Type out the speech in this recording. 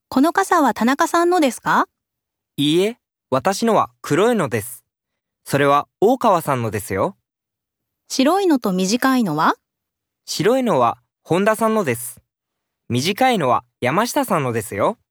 この傘は田中さんのですか？ いいえ、私のは黒いのです。それは大川さんのですよ。 白いのと短いのは？ 白いのは本田さんのです。短いのは山下さんのですよ。